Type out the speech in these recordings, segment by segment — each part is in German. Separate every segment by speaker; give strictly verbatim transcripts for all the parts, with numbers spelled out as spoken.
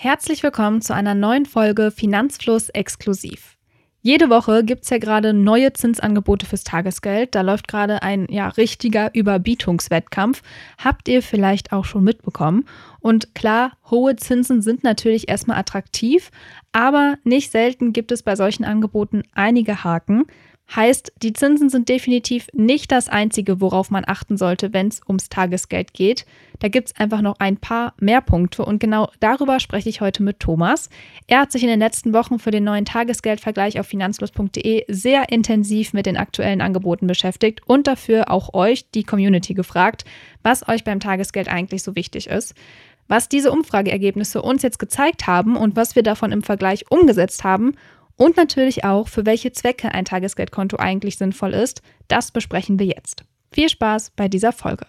Speaker 1: Herzlich willkommen zu einer neuen Folge Finanzfluss exklusiv. Jede Woche gibt es ja gerade neue Zinsangebote fürs Tagesgeld. Da läuft gerade ein ja, richtiger Überbietungswettkampf. Habt ihr vielleicht auch schon mitbekommen. Und klar, hohe Zinsen sind natürlich erstmal attraktiv, aber nicht selten gibt es bei solchen Angeboten einige Haken. Heißt, die Zinsen sind definitiv nicht das Einzige, worauf man achten sollte, wenn es ums Tagesgeld geht. Da gibt es einfach noch ein paar mehr Punkte und genau darüber spreche ich heute mit Thomas. Er hat sich in den letzten Wochen für den neuen Tagesgeldvergleich auf finanzfluss punkt de sehr intensiv mit den aktuellen Angeboten beschäftigt und dafür auch euch, die Community, gefragt, was euch beim Tagesgeld eigentlich so wichtig ist. Was diese Umfrageergebnisse uns jetzt gezeigt haben und was wir davon im Vergleich umgesetzt haben und natürlich auch, für welche Zwecke ein Tagesgeldkonto eigentlich sinnvoll ist, das besprechen wir jetzt. Viel Spaß bei dieser Folge.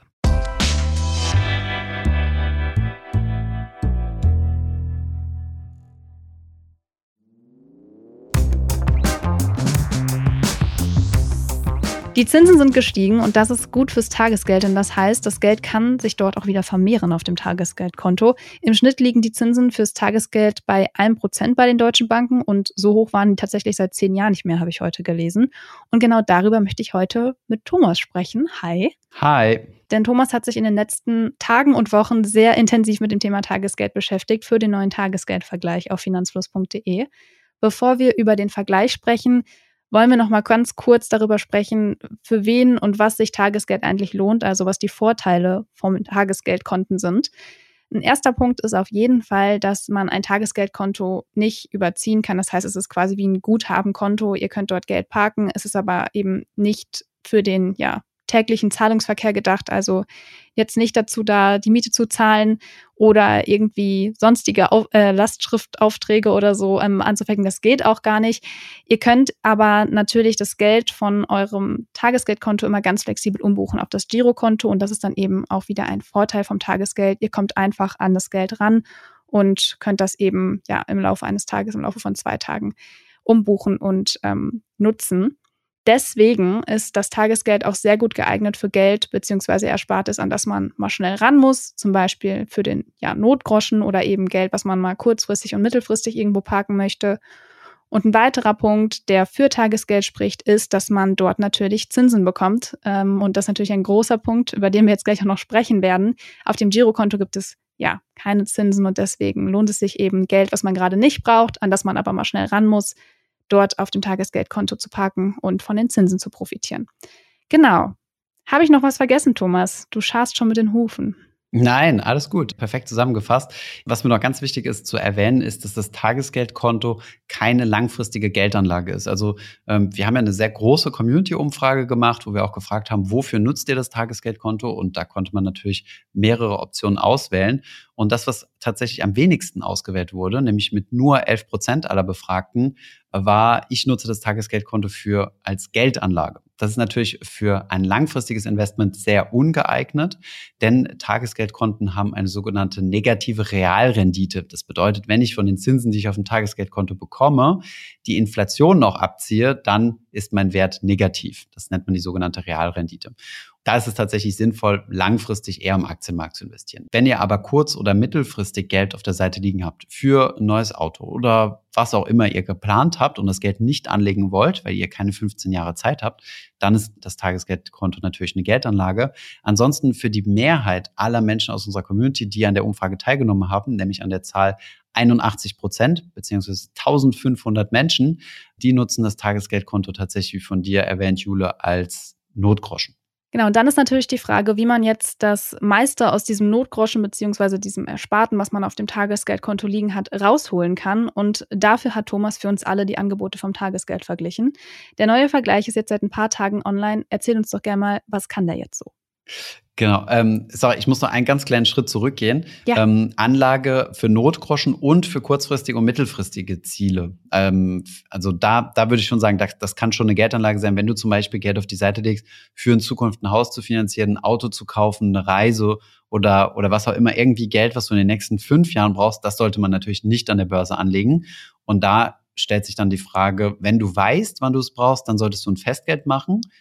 Speaker 1: Die Zinsen sind gestiegen und das ist gut fürs Tagesgeld, denn das heißt, das Geld kann sich dort auch wieder vermehren auf dem Tagesgeldkonto. Im Schnitt liegen die Zinsen fürs Tagesgeld bei einem Prozent bei den deutschen Banken und so hoch waren die tatsächlich seit zehn Jahren nicht mehr, habe ich heute gelesen. Und genau darüber möchte ich heute mit Thomas sprechen. Hi.
Speaker 2: Hi.
Speaker 1: Denn Thomas hat sich in den letzten Tagen und Wochen sehr intensiv mit dem Thema Tagesgeld beschäftigt für den neuen Tagesgeldvergleich auf finanzfluss punkt de. Bevor wir über den Vergleich sprechen, wollen wir noch mal ganz kurz darüber sprechen, für wen und was sich Tagesgeld eigentlich lohnt, also was die Vorteile vom Tagesgeldkonten sind. Ein erster Punkt ist auf jeden Fall, dass man ein Tagesgeldkonto nicht überziehen kann. Das heißt, es ist quasi wie ein Guthabenkonto. Ihr könnt dort Geld parken. Es ist aber eben nicht für den ja, täglichen Zahlungsverkehr gedacht, also jetzt nicht dazu da, die Miete zu zahlen oder irgendwie sonstige Auf- äh, Lastschriftaufträge oder so ähm, anzufangen. Das geht auch gar nicht. Ihr könnt aber natürlich das Geld von eurem Tagesgeldkonto immer ganz flexibel umbuchen auf das Girokonto und das ist dann eben auch wieder ein Vorteil vom Tagesgeld. Ihr kommt einfach an das Geld ran und könnt das eben ja im Laufe eines Tages, im Laufe von zwei Tagen umbuchen und ähm, nutzen. Deswegen ist das Tagesgeld auch sehr gut geeignet für Geld bzw. Erspartes, an das man mal schnell ran muss, zum Beispiel für den ja, Notgroschen oder eben Geld, was man mal kurzfristig und mittelfristig irgendwo parken möchte. Und ein weiterer Punkt, der für Tagesgeld spricht, ist, dass man dort natürlich Zinsen bekommt. Ähm, und das ist natürlich ein großer Punkt, über den wir jetzt gleich auch noch sprechen werden. Auf dem Girokonto gibt es ja keine Zinsen und deswegen lohnt es sich eben, Geld, was man gerade nicht braucht, an das man aber mal schnell ran muss, dort auf dem Tagesgeldkonto zu parken und von den Zinsen zu profitieren. Genau. Habe ich noch was vergessen, Thomas? Du scharst schon mit den Hufen.
Speaker 2: Nein, alles gut. Perfekt zusammengefasst. Was mir noch ganz wichtig ist zu erwähnen, ist, dass das Tagesgeldkonto keine langfristige Geldanlage ist. Also ähm, wir haben ja eine sehr große Community-Umfrage gemacht, wo wir auch gefragt haben, wofür nutzt ihr das Tagesgeldkonto? Und da konnte man natürlich mehrere Optionen auswählen. Und das, was tatsächlich am wenigsten ausgewählt wurde, nämlich mit nur elf Prozent aller Befragten, war, ich nutze das Tagesgeldkonto für als Geldanlage. Das ist natürlich für ein langfristiges Investment sehr ungeeignet, denn Tagesgeldkonten haben eine sogenannte negative Realrendite. Das bedeutet, wenn ich von den Zinsen, die ich auf dem Tagesgeldkonto bekomme, die Inflation noch abziehe, dann ist mein Wert negativ. Das nennt man die sogenannte Realrendite. Da ist es tatsächlich sinnvoll, langfristig eher im Aktienmarkt zu investieren. Wenn ihr aber kurz- oder mittelfristig Geld auf der Seite liegen habt für ein neues Auto oder was auch immer ihr geplant habt und das Geld nicht anlegen wollt, weil ihr keine fünfzehn Jahre Zeit habt, dann ist das Tagesgeldkonto natürlich eine Geldanlage. Ansonsten für die Mehrheit aller Menschen aus unserer Community, die an der Umfrage teilgenommen haben, nämlich an der Zahl einundachtzig Prozent beziehungsweise eintausendfünfhundert Menschen, die nutzen das Tagesgeldkonto tatsächlich, wie von dir erwähnt, Jule, als Notgroschen.
Speaker 1: Genau, und dann ist natürlich die Frage, wie man jetzt das meiste aus diesem Notgroschen bzw. diesem Ersparten, was man auf dem Tagesgeldkonto liegen hat, rausholen kann. Und dafür hat Thomas für uns alle die Angebote vom Tagesgeld verglichen. Der neue Vergleich ist jetzt seit ein paar Tagen online. Erzähl uns doch gerne mal, was kann der jetzt so?
Speaker 2: Genau. Ähm, sorry, ich muss noch einen ganz kleinen Schritt zurückgehen.
Speaker 1: Ja.
Speaker 2: Ähm, Anlage für Notgroschen und für kurzfristige und mittelfristige Ziele. Ähm, also da, da würde ich schon sagen, das, das kann schon eine Geldanlage sein, wenn du zum Beispiel Geld auf die Seite legst, für in Zukunft ein Haus zu finanzieren, ein Auto zu kaufen, eine Reise oder, oder was auch immer, irgendwie Geld, was du in den nächsten fünf Jahren brauchst, das sollte man natürlich nicht an der Börse anlegen. Und da stellt sich dann die Frage, wenn du weißt, wann du es brauchst, dann solltest du ein Festgeld machen.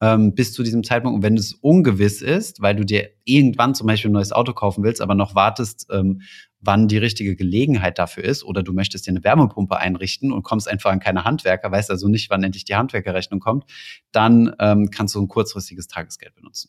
Speaker 2: ähm, bis zu diesem Zeitpunkt. Und wenn es ungewiss ist, weil du dir irgendwann zum Beispiel ein neues Auto kaufen willst, aber noch wartest, ähm, wann die richtige Gelegenheit dafür ist, oder du möchtest dir eine Wärmepumpe einrichten und kommst einfach an keine Handwerker, weißt also nicht, wann endlich die Handwerkerrechnung kommt, dann ähm, kannst du ein kurzfristiges Tagesgeld benutzen.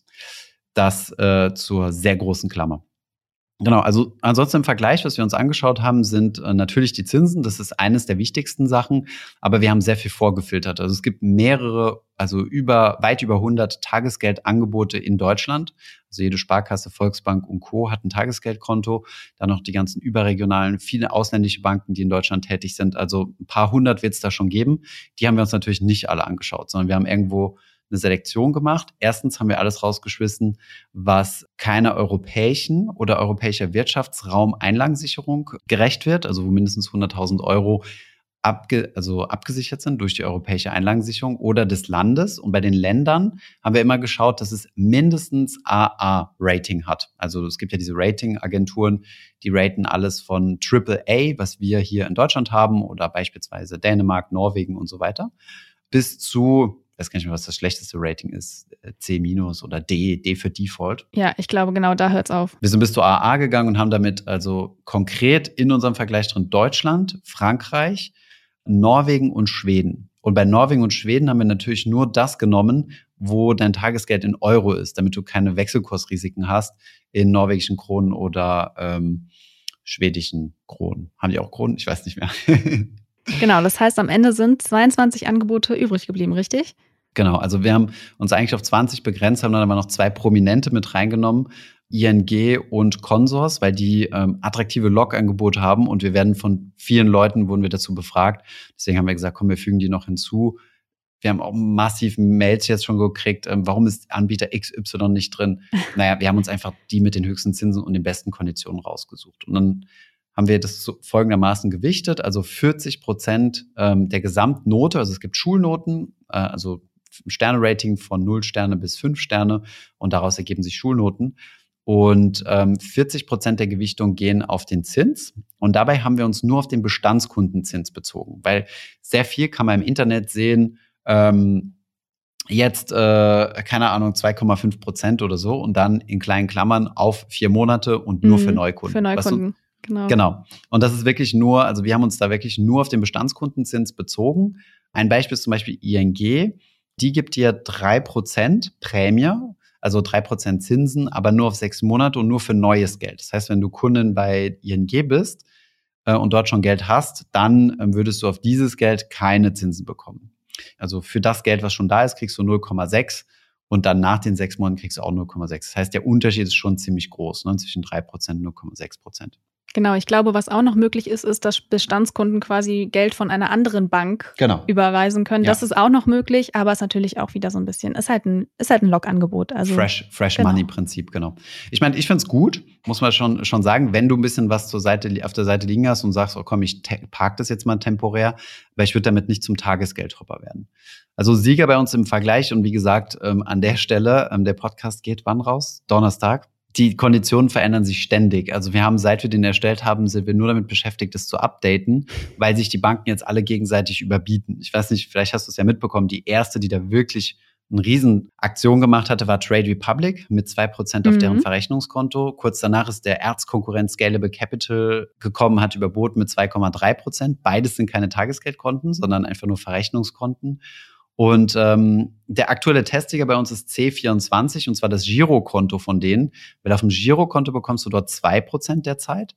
Speaker 2: Das äh, zur sehr großen Klammer. Genau, also ansonsten im Vergleich, was wir uns angeschaut haben, sind äh, natürlich die Zinsen. Das ist eines der wichtigsten Sachen, aber wir haben sehr viel vorgefiltert. Also es gibt mehrere, also über weit über hundert Tagesgeldangebote in Deutschland. Also jede Sparkasse, Volksbank und Co. hat ein Tagesgeldkonto. Dann noch die ganzen überregionalen, viele ausländische Banken, die in Deutschland tätig sind. Also ein paar hundert wird es da schon geben. Die haben wir uns natürlich nicht alle angeschaut, sondern wir haben irgendwo eine Selektion gemacht. Erstens haben wir alles rausgeschmissen, was keiner europäischen oder europäischer Wirtschaftsraum-Einlagensicherung gerecht wird, also wo mindestens hunderttausend Euro abge, also abgesichert sind durch die europäische Einlagensicherung oder des Landes. Und bei den Ländern haben wir immer geschaut, dass es mindestens A A-Rating hat. Also es gibt ja diese Rating-Agenturen, die raten alles von Triple A, was wir hier in Deutschland haben, oder beispielsweise Dänemark, Norwegen und so weiter, bis zu, ich weiß gar nicht mehr, was das schlechteste Rating ist, C- oder D, D für Default.
Speaker 1: Ja, ich glaube, genau da hört es auf.
Speaker 2: Wir sind bis zu A A gegangen und haben damit also konkret in unserem Vergleich drin Deutschland, Frankreich, Norwegen und Schweden. Und bei Norwegen und Schweden haben wir natürlich nur das genommen, wo dein Tagesgeld in Euro ist, damit du keine Wechselkursrisiken hast in norwegischen Kronen oder ähm, schwedischen Kronen. Haben die auch Kronen? Ich weiß nicht mehr.
Speaker 1: Genau, das heißt, am Ende sind zweiundzwanzig Angebote übrig geblieben, richtig?
Speaker 2: Genau, also wir haben uns eigentlich auf zwanzig begrenzt, haben dann aber noch zwei Prominente mit reingenommen, I N G und Consors, weil die ähm, attraktive Log-Angebote haben, und wir werden von vielen Leuten, wurden wir dazu befragt. Deswegen haben wir gesagt, komm, wir fügen die noch hinzu. Wir haben auch massiv Mails jetzt schon gekriegt, ähm, warum ist Anbieter X Y nicht drin? Naja, wir haben uns einfach die mit den höchsten Zinsen und den besten Konditionen rausgesucht. Und dann haben wir das so folgendermaßen gewichtet, also vierzig Prozent ähm, der Gesamtnote, also es gibt Schulnoten, äh, also Sterne-Rating von null Sterne bis fünf Sterne, und daraus ergeben sich Schulnoten. Und ähm, vierzig Prozent der Gewichtung gehen auf den Zins, und dabei haben wir uns nur auf den Bestandskundenzins bezogen, weil sehr viel kann man im Internet sehen, ähm, jetzt, äh, keine Ahnung, zwei Komma fünf Prozent oder so, und dann in kleinen Klammern auf vier Monate und nur
Speaker 1: Mhm,
Speaker 2: für Neukunden.
Speaker 1: Für Neukunden.
Speaker 2: Was,
Speaker 1: Genau.
Speaker 2: Genau. Und das ist wirklich nur, also wir haben uns da wirklich nur auf den Bestandskundenzins bezogen. Ein Beispiel ist zum Beispiel I N G. Die gibt dir drei Prozent Prämie, also drei Prozent Zinsen, aber nur auf sechs Monate und nur für neues Geld. Das heißt, wenn du Kundin bei I N G bist äh, und dort schon Geld hast, dann ähm, würdest du auf dieses Geld keine Zinsen bekommen. Also für das Geld, was schon da ist, kriegst du null Komma sechs. Und dann nach den sechs Monaten kriegst du auch null Komma sechs. Das heißt, der Unterschied ist schon ziemlich groß, ne? Zwischen drei Prozent und null Komma sechs Prozent.
Speaker 1: Genau, ich glaube, was auch noch möglich ist, ist, dass Bestandskunden quasi Geld von einer anderen Bank
Speaker 2: genau.
Speaker 1: überweisen können.
Speaker 2: Ja.
Speaker 1: Das ist auch noch möglich, aber ist natürlich auch wieder so ein bisschen, ist halt ein, ist halt ein Log-Angebot. Also,
Speaker 2: Fresh, Fresh
Speaker 1: genau.
Speaker 2: Money-Prinzip, genau. Ich meine, ich finde es gut, muss man schon, schon sagen, wenn du ein bisschen was zur Seite, auf der Seite liegen hast und sagst, oh komm, ich te- park das jetzt mal temporär, weil ich würde damit nicht zum Tagesgeldhopper werden. Also Sieger bei uns im Vergleich, und wie gesagt, ähm, an der Stelle, ähm, der Podcast geht wann raus? Donnerstag. Die Konditionen verändern sich ständig. Also wir haben, seit wir den erstellt haben, sind wir nur damit beschäftigt, das zu updaten, weil sich die Banken jetzt alle gegenseitig überbieten. Ich weiß nicht, vielleicht hast du es ja mitbekommen, die erste, die da wirklich eine Riesenaktion gemacht hatte, war Trade Republic mit zwei Prozent auf
Speaker 1: Mhm.
Speaker 2: deren Verrechnungskonto. Kurz danach ist der Erzkonkurrent Scalable Capital gekommen, hat überboten mit zwei Komma drei Prozent. Beides sind keine Tagesgeldkonten, sondern einfach nur Verrechnungskonten. Und ähm, der aktuelle Testsieger bei uns ist C vierundzwanzig, und zwar das Girokonto von denen. Weil auf dem Girokonto bekommst du dort zwei Prozent derzeit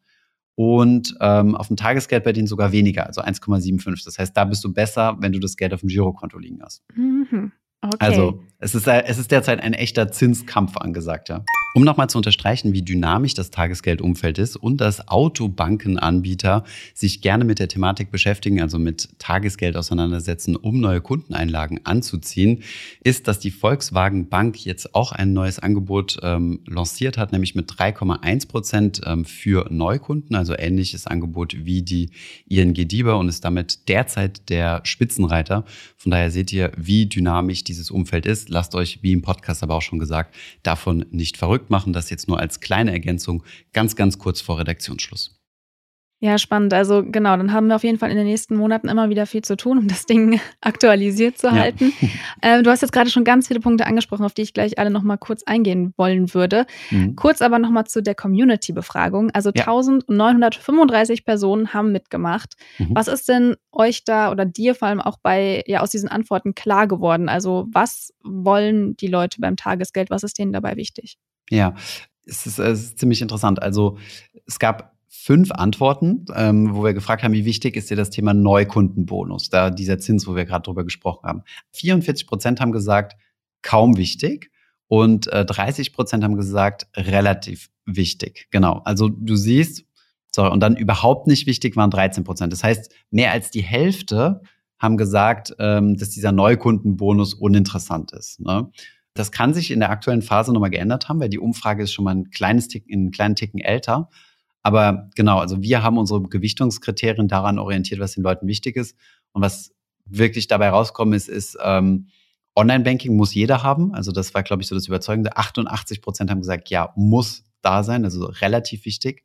Speaker 2: und ähm, auf dem Tagesgeld bei denen sogar weniger, also eins Komma fünfundsiebzig. Das heißt, da bist du besser, wenn du das Geld auf dem Girokonto liegen hast.
Speaker 1: Mhm. Okay.
Speaker 2: Also es ist, es ist derzeit ein echter Zinskampf angesagt, ja. Um nochmal zu unterstreichen, wie dynamisch das Tagesgeldumfeld ist und dass Autobankenanbieter sich gerne mit der Thematik beschäftigen, also mit Tagesgeld auseinandersetzen, um neue Kundeneinlagen anzuziehen, ist, dass die Volkswagen Bank jetzt auch ein neues Angebot ähm, lanciert hat, nämlich mit drei Komma eins Prozent ähm, für Neukunden, also ähnliches Angebot wie die I N G DiBa, und ist damit derzeit der Spitzenreiter. Von daher seht ihr, wie dynamisch dieses Umfeld ist. Lasst euch, wie im Podcast aber auch schon gesagt, davon nicht verrückt machen. Das jetzt nur als kleine Ergänzung, ganz, ganz kurz vor Redaktionsschluss.
Speaker 1: Ja, spannend. Also genau, dann haben wir auf jeden Fall in den nächsten Monaten immer wieder viel zu tun, um das Ding aktualisiert zu halten. Ja. Ähm, du hast jetzt gerade schon ganz viele Punkte angesprochen, auf die ich gleich alle noch mal kurz eingehen wollen würde. Mhm. Kurz aber noch mal zu der Community-Befragung. Also ja. eintausendneunhundertfünfunddreißig Personen haben mitgemacht. Mhm. Was ist denn euch da oder dir vor allem auch bei ja aus diesen Antworten klar geworden? Also was wollen die Leute beim Tagesgeld? Was ist denen dabei wichtig?
Speaker 2: Ja, es ist, es ist ziemlich interessant. Also es gab fünf Antworten, ähm, wo wir gefragt haben, wie wichtig ist dir das Thema Neukundenbonus, da dieser Zins, wo wir gerade drüber gesprochen haben. vierundvierzig Prozent haben gesagt, kaum wichtig und äh, dreißig Prozent haben gesagt, relativ wichtig. Genau, also du siehst, sorry, und dann überhaupt nicht wichtig waren dreizehn Prozent. Das heißt, mehr als die Hälfte haben gesagt, ähm, dass dieser Neukundenbonus uninteressant ist, ne? Das kann sich in der aktuellen Phase nochmal geändert haben, weil die Umfrage ist schon mal ein kleines Tick, einen kleinen Ticken älter. Aber genau, also wir haben unsere Gewichtungskriterien daran orientiert, was den Leuten wichtig ist. Und was wirklich dabei rausgekommen ist, ist, ähm, Online-Banking muss jeder haben. Also das war, glaube ich, so das Überzeugende. achtundachtzig Prozent haben gesagt, ja, muss da sein, also relativ wichtig.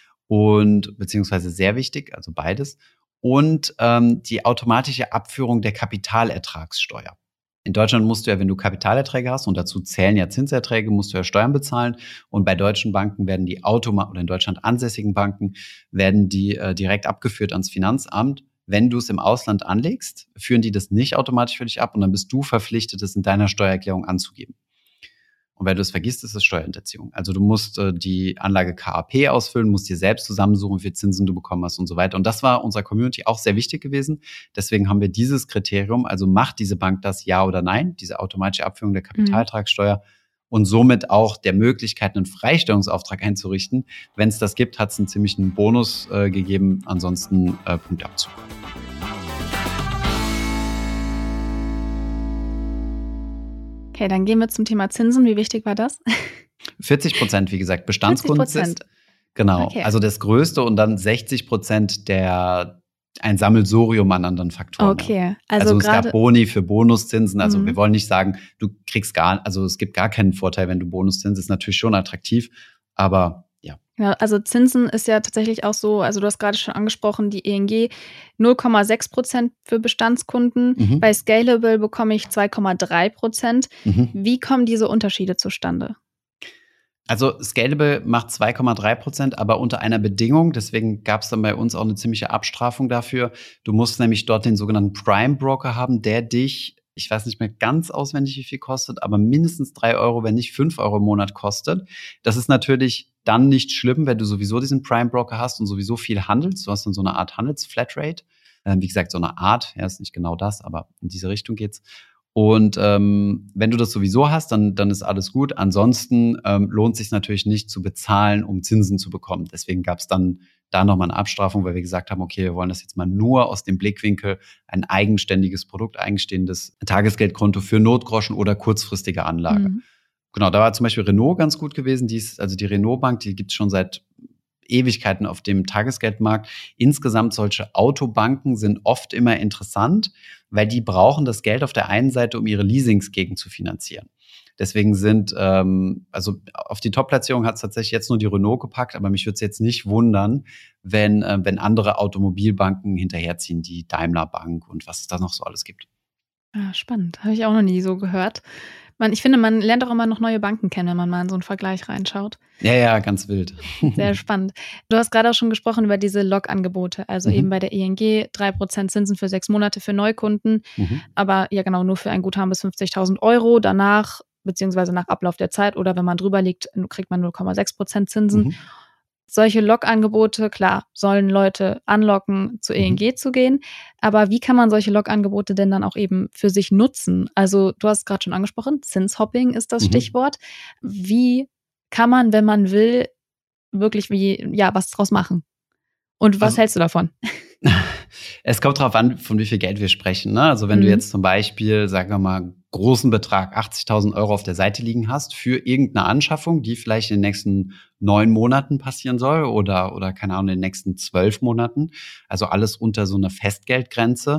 Speaker 2: Und beziehungsweise sehr wichtig, also beides. Und ähm, die automatische Abführung der Kapitalertragssteuer. In Deutschland musst du ja, wenn du Kapitalerträge hast, und dazu zählen ja Zinserträge, musst du ja Steuern bezahlen. Und bei deutschen Banken werden die automatisch, oder in Deutschland ansässigen Banken, werden die äh, direkt abgeführt ans Finanzamt. Wenn du es im Ausland anlegst, führen die das nicht automatisch für dich ab und dann bist du verpflichtet, es in deiner Steuererklärung anzugeben. Und wenn du es vergisst, ist es Steuerhinterziehung. Also du musst äh, die Anlage K A P ausfüllen, musst dir selbst zusammensuchen, wie viel Zinsen du bekommen hast und so weiter. Und das war unserer Community auch sehr wichtig gewesen. Deswegen haben wir dieses Kriterium, also macht diese Bank das ja oder nein, diese automatische Abführung der Kapitalertragssteuer mhm. und somit auch der Möglichkeit, einen Freistellungsauftrag einzurichten. Wenn es das gibt, hat es einen ziemlichen Bonus äh, gegeben, ansonsten äh, Punktabzug.
Speaker 1: Okay, dann gehen wir zum Thema Zinsen. Wie wichtig war das?
Speaker 2: vierzig Prozent, wie gesagt, Bestandskunden.
Speaker 1: vierzig Prozent.
Speaker 2: Genau,
Speaker 1: okay.
Speaker 2: Also das Größte und dann sechzig Prozent der ein Sammelsurium an anderen Faktoren.
Speaker 1: Okay, also,
Speaker 2: also es
Speaker 1: grade,
Speaker 2: gab Boni für Bonuszinsen. Also
Speaker 1: mhm.
Speaker 2: wir wollen nicht sagen, du kriegst gar, also es gibt gar keinen Vorteil, wenn du Bonuszins, ist natürlich schon attraktiv, aber ja.
Speaker 1: Ja, also Zinsen ist ja tatsächlich auch so, also du hast gerade schon angesprochen, die E N G null Komma sechs Prozent für Bestandskunden. Mhm. Bei Scalable bekomme ich zwei Komma drei Prozent. Mhm. Wie kommen diese Unterschiede zustande?
Speaker 2: Also Scalable macht zwei Komma drei Prozent, aber unter einer Bedingung. Deswegen gab es dann bei uns auch eine ziemliche Abstrafung dafür. Du musst nämlich dort den sogenannten Prime Broker haben, der dich, ich weiß nicht mehr ganz auswendig, wie viel kostet, aber mindestens drei Euro, wenn nicht fünf Euro im Monat kostet. Das ist natürlich dann nicht schlimm, wenn du sowieso diesen Prime Broker hast und sowieso viel handelst. Du hast dann so eine Art Handelsflatrate. Ähm, wie gesagt, so eine Art, ja, ist nicht genau das, aber in diese Richtung geht's. Und ähm, wenn du das sowieso hast, dann, dann ist alles gut. Ansonsten ähm, lohnt es sich natürlich nicht zu bezahlen, um Zinsen zu bekommen. Deswegen gab es dann da nochmal eine Abstrafung, weil wir gesagt haben, okay, wir wollen das jetzt mal nur aus dem Blickwinkel ein eigenständiges Produkt, eigenstehendes Tagesgeldkonto für Notgroschen oder kurzfristige Anlage. Mhm. Genau, da war zum Beispiel Renault ganz gut gewesen. Die ist, also die Renault Bank, die gibt es schon seit Ewigkeiten auf dem Tagesgeldmarkt. Insgesamt solche Autobanken sind oft immer interessant, weil die brauchen das Geld auf der einen Seite, um ihre Leasings gegen zu finanzieren. Deswegen sind, ähm, also auf die Top-Platzierung hat es tatsächlich jetzt nur die Renault gepackt, aber mich würde es jetzt nicht wundern, wenn, äh, wenn andere Automobilbanken hinterherziehen, die Daimler Bank und was es da noch so alles gibt.
Speaker 1: Ah, spannend, habe ich auch noch nie so gehört. Man, ich finde, man lernt auch immer noch neue Banken kennen, wenn man mal in so einen Vergleich reinschaut.
Speaker 2: Ja, ja, ganz wild.
Speaker 1: Sehr spannend. Du hast gerade auch schon gesprochen über diese Log-Angebote, also mhm. eben bei der E N G drei Prozent Zinsen für sechs Monate für Neukunden, mhm. aber ja genau, nur für ein Guthaben bis fünfzigtausend Euro. Danach, beziehungsweise nach Ablauf der Zeit oder wenn man drüber liegt, kriegt man null Komma sechs Prozent Zinsen. Mhm. Solche Log-Angebote, klar, sollen Leute anlocken, zu E N G mhm. zu gehen. Aber wie kann man solche Log-Angebote denn dann auch eben für sich nutzen? Also du hast es gerade schon angesprochen, Zinshopping ist das mhm. Stichwort. Wie kann man, wenn man will, wirklich wie ja was draus machen? Und was also, hältst du davon?
Speaker 2: Es kommt darauf an, von wie viel Geld wir sprechen. Ne? Also wenn mhm. du jetzt zum Beispiel, sagen wir mal, großen Betrag, achtzigtausend Euro auf der Seite liegen hast für irgendeine Anschaffung, die vielleicht in den nächsten neun Monaten passieren soll oder, oder keine Ahnung, in den nächsten zwölf Monaten, also alles unter so einer Festgeldgrenze,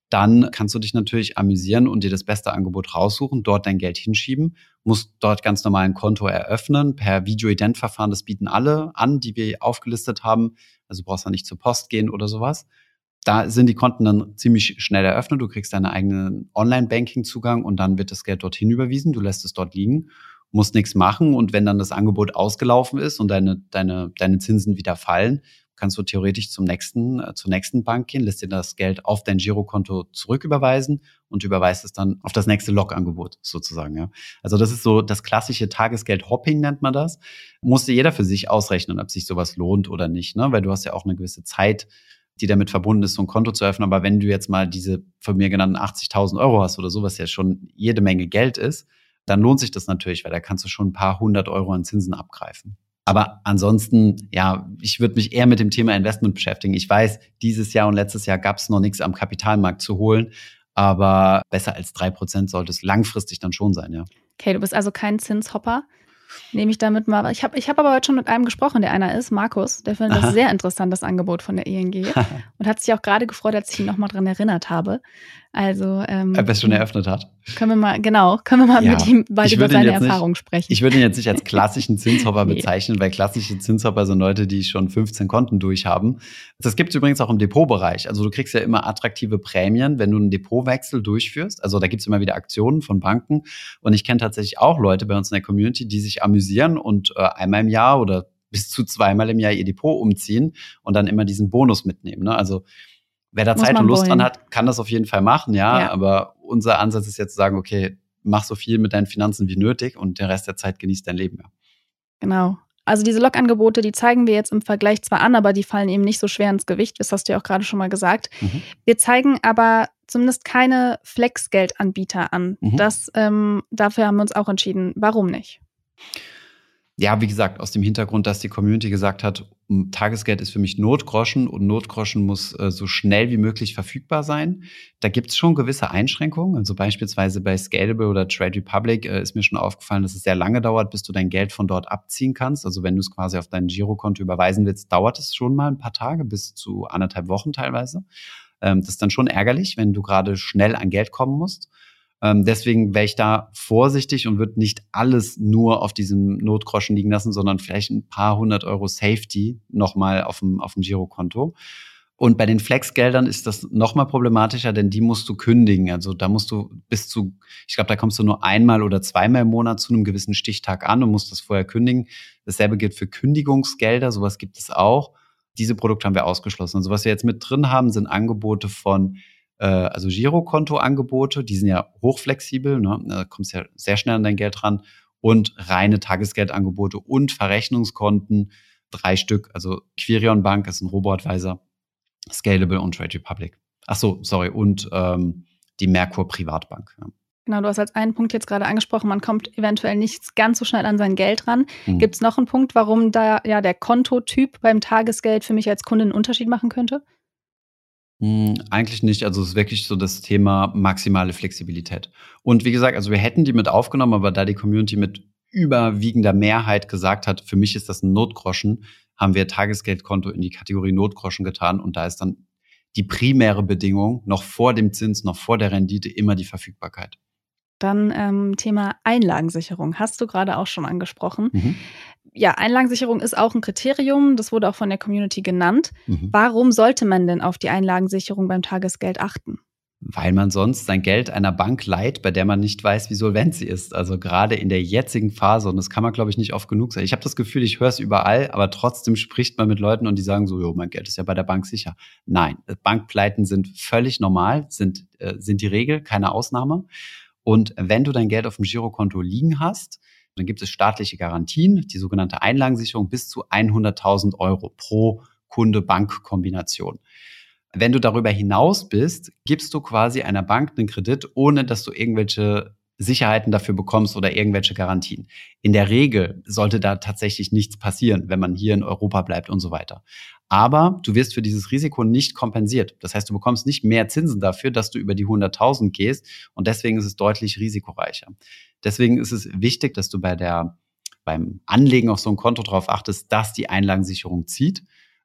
Speaker 2: dann kannst du dich natürlich amüsieren und dir das beste Angebot raussuchen, dort dein Geld hinschieben, musst dort ganz normal ein Konto eröffnen, per Video-Ident-Verfahren, das bieten alle an, die wir aufgelistet haben, also du brauchst da nicht zur Post gehen oder sowas. Da sind die Konten dann ziemlich schnell eröffnet, du kriegst deinen eigenen Online-Banking-Zugang und dann wird das Geld dorthin überwiesen, du lässt es dort liegen, musst nichts machen und wenn dann das Angebot ausgelaufen ist und deine, deine, deine Zinsen wieder fallen, kannst du theoretisch zum nächsten, äh, zur nächsten Bank gehen, lässt dir das Geld auf dein Girokonto zurücküberweisen und überweist es dann auf das nächste Log-Angebot sozusagen. Ja. Also das ist so das klassische Tagesgeld-Hopping, nennt man das. Musste jeder für sich ausrechnen, ob sich sowas lohnt oder nicht, ne? Weil du hast ja auch eine gewisse Zeit, die damit verbunden ist, so ein Konto zu öffnen. Aber wenn du jetzt mal diese von mir genannten achtzigtausend Euro hast oder so, was ja schon jede Menge Geld ist, dann lohnt sich das natürlich, weil da kannst du schon ein paar hundert Euro an Zinsen abgreifen. Aber ansonsten, ja, ich würde mich eher mit dem Thema Investment beschäftigen. Ich weiß, dieses Jahr und letztes Jahr gab es noch nichts am Kapitalmarkt zu holen, aber besser als drei Prozent sollte es langfristig dann schon sein, ja.
Speaker 1: Okay, du bist also kein Zinshopper. Nehme ich damit mal. Ich habe ich hab aber heute schon mit einem gesprochen, der einer ist, Markus. Der findet
Speaker 2: Aha.
Speaker 1: das sehr interessant, das Angebot von der I N G. Und hat sich auch gerade gefreut, als ich ihn nochmal dran erinnert habe. Also, ähm,
Speaker 2: Ob er es schon eröffnet hat.
Speaker 1: Können wir mal, genau, können wir mal
Speaker 2: Ja,
Speaker 1: mit ihm bald
Speaker 2: ich
Speaker 1: über
Speaker 2: würde ihn
Speaker 1: seine
Speaker 2: jetzt nicht-
Speaker 1: Erfahrung sprechen.
Speaker 2: Ich würde ihn jetzt nicht als klassischen Zinshopper
Speaker 1: Nee.
Speaker 2: bezeichnen, weil klassische Zinshopper sind Leute, die schon fünfzehn Konten durchhaben. Das gibt es übrigens auch im Depotbereich. Also du kriegst ja immer attraktive Prämien, wenn du einen Depotwechsel durchführst. Also da gibt es immer wieder Aktionen von Banken. Und ich kenne tatsächlich auch Leute bei uns in der Community, die sich amüsieren und äh, einmal im Jahr oder bis zu zweimal im Jahr ihr Depot umziehen und dann immer diesen Bonus mitnehmen. Ne? Also wer da
Speaker 1: Muss
Speaker 2: Zeit
Speaker 1: man
Speaker 2: und Lust
Speaker 1: wollen.
Speaker 2: dran hat, kann das auf jeden Fall machen, ja.
Speaker 1: Ja.
Speaker 2: Aber unser Ansatz ist jetzt zu sagen, okay, mach so viel mit deinen Finanzen wie nötig und den Rest der Zeit genießt dein Leben. Ja.
Speaker 1: Genau. Also diese Log-Angebote, die zeigen wir jetzt im Vergleich zwar an, aber die fallen eben nicht so schwer ins Gewicht. Das hast du ja auch gerade schon mal gesagt.
Speaker 2: Mhm.
Speaker 1: Wir zeigen aber zumindest keine Flex-Geld-Anbieter an.
Speaker 2: Mhm.
Speaker 1: Das, ähm, dafür haben wir uns auch entschieden. Warum nicht?
Speaker 2: Ja, wie gesagt, aus dem Hintergrund, dass die Community gesagt hat, m, Tagesgeld ist für mich Notgroschen und Notgroschen muss äh, so schnell wie möglich verfügbar sein. Da gibt es schon gewisse Einschränkungen. Also beispielsweise bei Scalable oder Trade Republic äh, ist mir schon aufgefallen, dass es sehr lange dauert, bis du dein Geld von dort abziehen kannst. Also wenn du es quasi auf dein Girokonto überweisen willst, dauert es schon mal ein paar Tage, bis zu anderthalb Wochen teilweise. Ähm, das ist dann schon ärgerlich, wenn du gerade schnell an Geld kommen musst. Ähm, deswegen wäre ich da vorsichtig und würde nicht alles nur auf diesem Notgroschen liegen lassen, sondern vielleicht ein paar hundert Euro Safety nochmal auf dem, auf dem Girokonto. Und bei den Flexgeldern ist das nochmal problematischer, denn die musst du kündigen. Also da musst du bis zu, ich glaube, da kommst du nur einmal oder zweimal im Monat zu einem gewissen Stichtag an und musst das vorher kündigen. Dasselbe gilt für Kündigungsgelder, sowas gibt es auch. Diese Produkte haben wir ausgeschlossen. Also was wir jetzt mit drin haben, sind Angebote von also Girokonto-Angebote, die sind ja hochflexibel, ne? Da kommst ja sehr schnell an dein Geld ran und reine Tagesgeldangebote und Verrechnungskonten, drei Stück, also Quirion Bank ist ein Robo-Advisor, Scalable und Trade Republic. Ach so, sorry, und ähm, die Merkur Privatbank. Ja.
Speaker 1: Genau, du hast als einen Punkt jetzt gerade angesprochen, man kommt eventuell nicht ganz so schnell an sein Geld ran.
Speaker 2: Mhm.
Speaker 1: Gibt es noch einen Punkt, warum da ja der Kontotyp beim Tagesgeld für mich als Kunde einen Unterschied machen könnte?
Speaker 2: Hm, eigentlich nicht. Also es ist wirklich so das Thema maximale Flexibilität. Und wie gesagt, also wir hätten die mit aufgenommen, aber da die Community mit überwiegender Mehrheit gesagt hat, für mich ist das ein Notgroschen, haben wir Tagesgeldkonto in die Kategorie Notgroschen getan. Und da ist dann die primäre Bedingung noch vor dem Zins, noch vor der Rendite immer die Verfügbarkeit.
Speaker 1: Dann ähm, Thema Einlagensicherung. Hast du gerade auch schon angesprochen.
Speaker 2: Mhm.
Speaker 1: Ja, Einlagensicherung ist auch ein Kriterium. Das wurde auch von der Community genannt.
Speaker 2: Mhm.
Speaker 1: Warum sollte man denn auf die Einlagensicherung beim Tagesgeld achten?
Speaker 2: Weil man sonst sein Geld einer Bank leiht, bei der man nicht weiß, wie solvent sie ist. Also gerade in der jetzigen Phase, und das kann man, glaube ich, nicht oft genug sagen. Ich habe das Gefühl, ich höre es überall, aber trotzdem spricht man mit Leuten und die sagen so, jo, mein Geld ist ja bei der Bank sicher. Nein, Bankpleiten sind völlig normal, sind, äh, sind die Regel, keine Ausnahme. Und wenn du dein Geld auf dem Girokonto liegen hast, dann gibt es staatliche Garantien, die sogenannte Einlagensicherung bis zu hunderttausend Euro pro Kunde-Bank-Kombination. Wenn du darüber hinaus bist, gibst du quasi einer Bank einen Kredit, ohne dass du irgendwelche Sicherheiten dafür bekommst oder irgendwelche Garantien. In der Regel sollte da tatsächlich nichts passieren, wenn man hier in Europa bleibt und so weiter. Aber du wirst für dieses Risiko nicht kompensiert. Das heißt, du bekommst nicht mehr Zinsen dafür, dass du über die hunderttausend gehst und deswegen ist es deutlich risikoreicher. Deswegen ist es wichtig, dass du bei der, beim Anlegen auf so ein Konto darauf achtest, dass die Einlagensicherung zieht.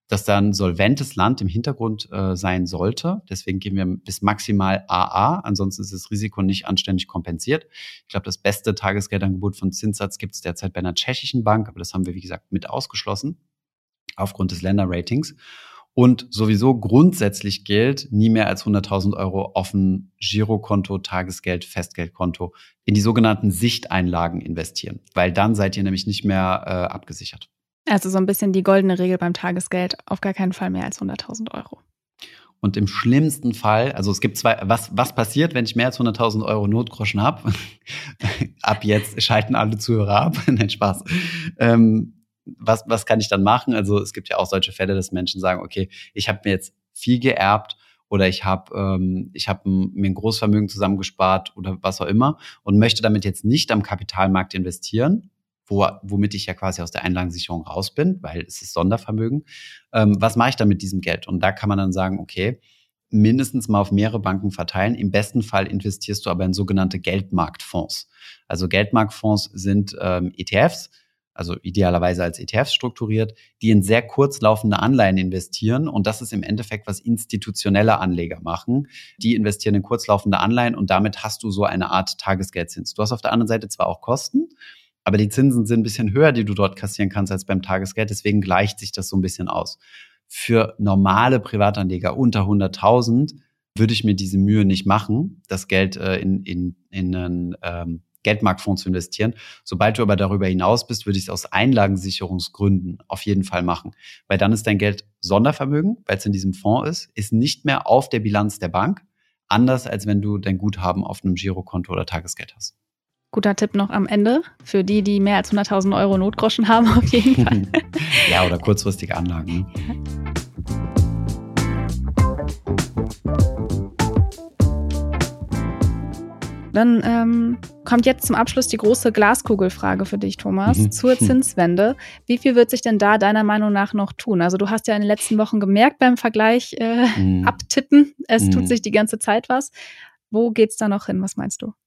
Speaker 2: dass da ein solventes Land im Hintergrund äh, sein sollte. Deswegen gehen wir bis maximal A A. Ansonsten ist das Risiko nicht anständig kompensiert. Ich glaube, das beste Tagesgeldangebot von Zinssatz gibt es derzeit bei einer tschechischen Bank, aber das haben wir, wie gesagt, mit ausgeschlossen aufgrund des Länderratings. Und sowieso grundsätzlich gilt, nie mehr als hunderttausend Euro auf ein Girokonto, Tagesgeld, Festgeldkonto in die sogenannten Sichteinlagen investieren, weil dann seid ihr nämlich nicht mehr äh, abgesichert.
Speaker 1: Also so ein bisschen die goldene Regel beim Tagesgeld, auf gar keinen Fall mehr als hunderttausend Euro.
Speaker 2: Und im schlimmsten Fall, also es gibt zwei, was, was passiert, wenn ich mehr als hunderttausend Euro Notgroschen habe? Ab jetzt schalten alle Zuhörer ab. Nein, Spaß. Ähm, was, was kann ich dann machen? Also es gibt ja auch solche Fälle, dass Menschen sagen, okay, ich habe mir jetzt viel geerbt oder ich habe ähm, ich hab mir ein Großvermögen zusammengespart oder was auch immer und möchte damit jetzt nicht am Kapitalmarkt investieren, Wo, womit ich ja quasi aus der Einlagensicherung raus bin, weil es ist Sondervermögen. Ähm, was mache ich dann mit diesem Geld? Und da kann man dann sagen, okay, mindestens mal auf mehrere Banken verteilen. Im besten Fall investierst du aber in sogenannte Geldmarktfonds. Also Geldmarktfonds sind ähm, E T Fs, also idealerweise als E T Fs strukturiert, die in sehr kurzlaufende Anleihen investieren. Und das ist im Endeffekt, was institutionelle Anleger machen. Die investieren in kurzlaufende Anleihen und damit hast du so eine Art Tagesgeldzins. Du hast auf der anderen Seite zwar auch Kosten, aber die Zinsen sind ein bisschen höher, die du dort kassieren kannst als beim Tagesgeld. Deswegen gleicht sich das so ein bisschen aus. Für normale Privatanleger unter hunderttausend würde ich mir diese Mühe nicht machen, das Geld äh, in, in, in einen ähm, Geldmarktfonds zu investieren. Sobald du aber darüber hinaus bist, würde ich es aus Einlagensicherungsgründen auf jeden Fall machen. Weil dann ist dein Geld Sondervermögen, weil es in diesem Fonds ist, ist nicht mehr auf der Bilanz der Bank, anders als wenn du dein Guthaben auf einem Girokonto oder Tagesgeld hast.
Speaker 1: Guter Tipp noch am Ende für die, die mehr als hunderttausend Euro Notgroschen haben, auf jeden Fall.
Speaker 2: Ja, oder kurzfristige Anlagen. Ne?
Speaker 1: Dann ähm, kommt jetzt zum Abschluss die große Glaskugelfrage für dich, Thomas, mhm. zur Zinswende. Wie viel wird sich denn da deiner Meinung nach noch tun? Also du hast ja in den letzten Wochen gemerkt beim Vergleich äh, mhm. abtippen, es mhm. tut sich die ganze Zeit was. Wo geht's da noch hin? Was meinst du?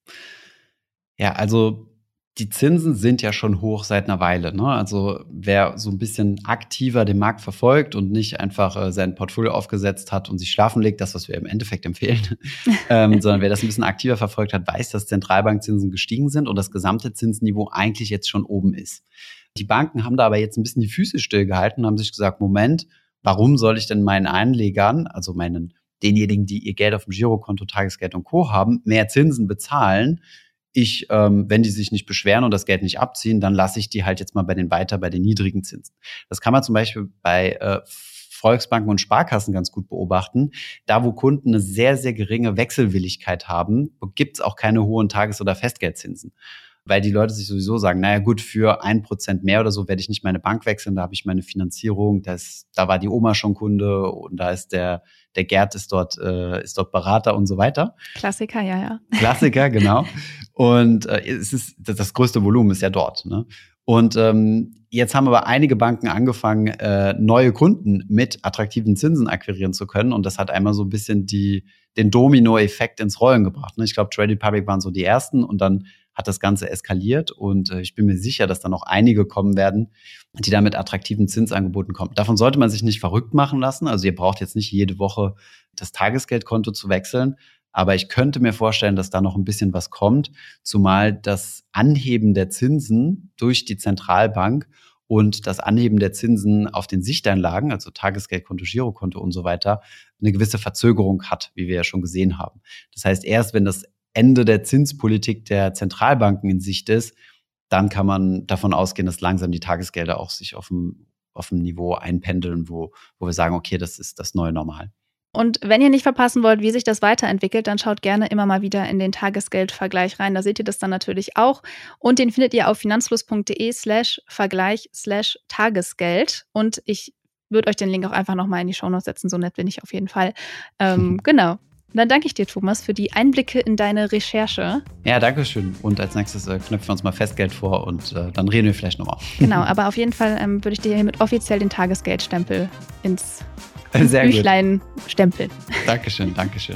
Speaker 2: Ja, also die Zinsen sind ja schon hoch seit einer Weile. Ne? Also wer so ein bisschen aktiver den Markt verfolgt und nicht einfach äh, sein Portfolio aufgesetzt hat und sich schlafen legt, das, was wir im Endeffekt empfehlen, ähm, sondern wer das ein bisschen aktiver verfolgt hat, weiß, dass Zentralbankzinsen gestiegen sind und das gesamte Zinsniveau eigentlich jetzt schon oben ist. Die Banken haben da aber jetzt ein bisschen die Füße stillgehalten und haben sich gesagt, Moment, warum soll ich denn meinen Anlegern, also meinen denjenigen, die ihr Geld auf dem Girokonto, Tagesgeld und Co. haben, mehr Zinsen bezahlen? Ich, ähm, wenn die sich nicht beschweren und das Geld nicht abziehen, dann lasse ich die halt jetzt mal bei den weiter bei den niedrigen Zinsen. Das kann man zum Beispiel bei äh, Volksbanken und Sparkassen ganz gut beobachten. Da, wo Kunden eine sehr, sehr geringe Wechselwilligkeit haben, gibt es auch keine hohen Tages- oder Festgeldzinsen. Weil die Leute sich sowieso sagen, naja gut, für ein Prozent mehr oder so werde ich nicht meine Bank wechseln, da habe ich meine Finanzierung, das, da war die Oma schon Kunde und da ist der, der Gerd ist dort, äh, ist dort Berater und so weiter.
Speaker 1: Klassiker, ja, ja.
Speaker 2: Klassiker, genau. Und äh, es ist das, das größte Volumen ist ja dort. Ne? Und ähm, jetzt haben aber einige Banken angefangen, äh, neue Kunden mit attraktiven Zinsen akquirieren zu können. Und das hat einmal so ein bisschen die, den Domino-Effekt ins Rollen gebracht. Ne? Ich glaube, Trade Republic waren so die ersten und dann hat das Ganze eskaliert. Und äh, ich bin mir sicher, dass da noch einige kommen werden, die da mit attraktiven Zinsangeboten kommen. Davon sollte man sich nicht verrückt machen lassen. Also ihr braucht jetzt nicht jede Woche das Tagesgeldkonto zu wechseln. Aber ich könnte mir vorstellen, dass da noch ein bisschen was kommt, zumal das Anheben der Zinsen durch die Zentralbank und das Anheben der Zinsen auf den Sichteinlagen, also Tagesgeldkonto, Girokonto und so weiter, eine gewisse Verzögerung hat, wie wir ja schon gesehen haben. Das heißt, erst wenn das Ende der Zinspolitik der Zentralbanken in Sicht ist, dann kann man davon ausgehen, dass langsam die Tagesgelder auch sich auf dem, auf dem Niveau einpendeln, wo, wo wir sagen, okay, das ist das neue Normal.
Speaker 1: Und wenn ihr nicht verpassen wollt, wie sich das weiterentwickelt, dann schaut gerne immer mal wieder in den Tagesgeldvergleich rein. Da seht ihr das dann natürlich auch. Und den findet ihr auf finanzfluss.de slash Vergleich slash Tagesgeld. Und ich würde euch den Link auch einfach nochmal in die Shownotes setzen. So nett bin ich auf jeden Fall. Ähm, genau. Und dann danke ich dir, Thomas, für die Einblicke in deine Recherche.
Speaker 2: Ja, danke schön. Und als nächstes äh, knöpfen wir uns mal Festgeld vor und äh, dann reden wir vielleicht nochmal.
Speaker 1: Genau, aber auf jeden Fall ähm, würde ich dir hiermit offiziell den Tagesgeldstempel ins
Speaker 2: Sehr
Speaker 1: Büchlein gut. Stempeln.
Speaker 2: Dankeschön, Dankeschön.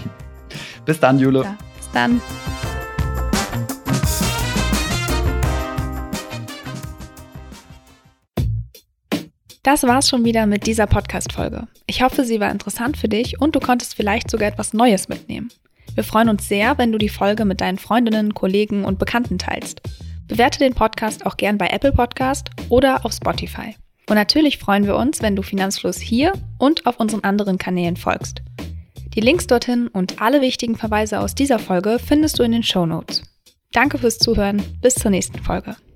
Speaker 2: Bis dann, Jule.
Speaker 1: Ja, bis dann. Das war's schon wieder mit dieser Podcast-Folge. Ich hoffe, sie war interessant für dich und du konntest vielleicht sogar etwas Neues mitnehmen. Wir freuen uns sehr, wenn du die Folge mit deinen Freundinnen, Kollegen und Bekannten teilst. Bewerte den Podcast auch gern bei Apple Podcast oder auf Spotify. Und natürlich freuen wir uns, wenn du Finanzfluss hier und auf unseren anderen Kanälen folgst. Die Links dorthin und alle wichtigen Verweise aus dieser Folge findest du in den Shownotes. Danke fürs Zuhören. Bis zur nächsten Folge.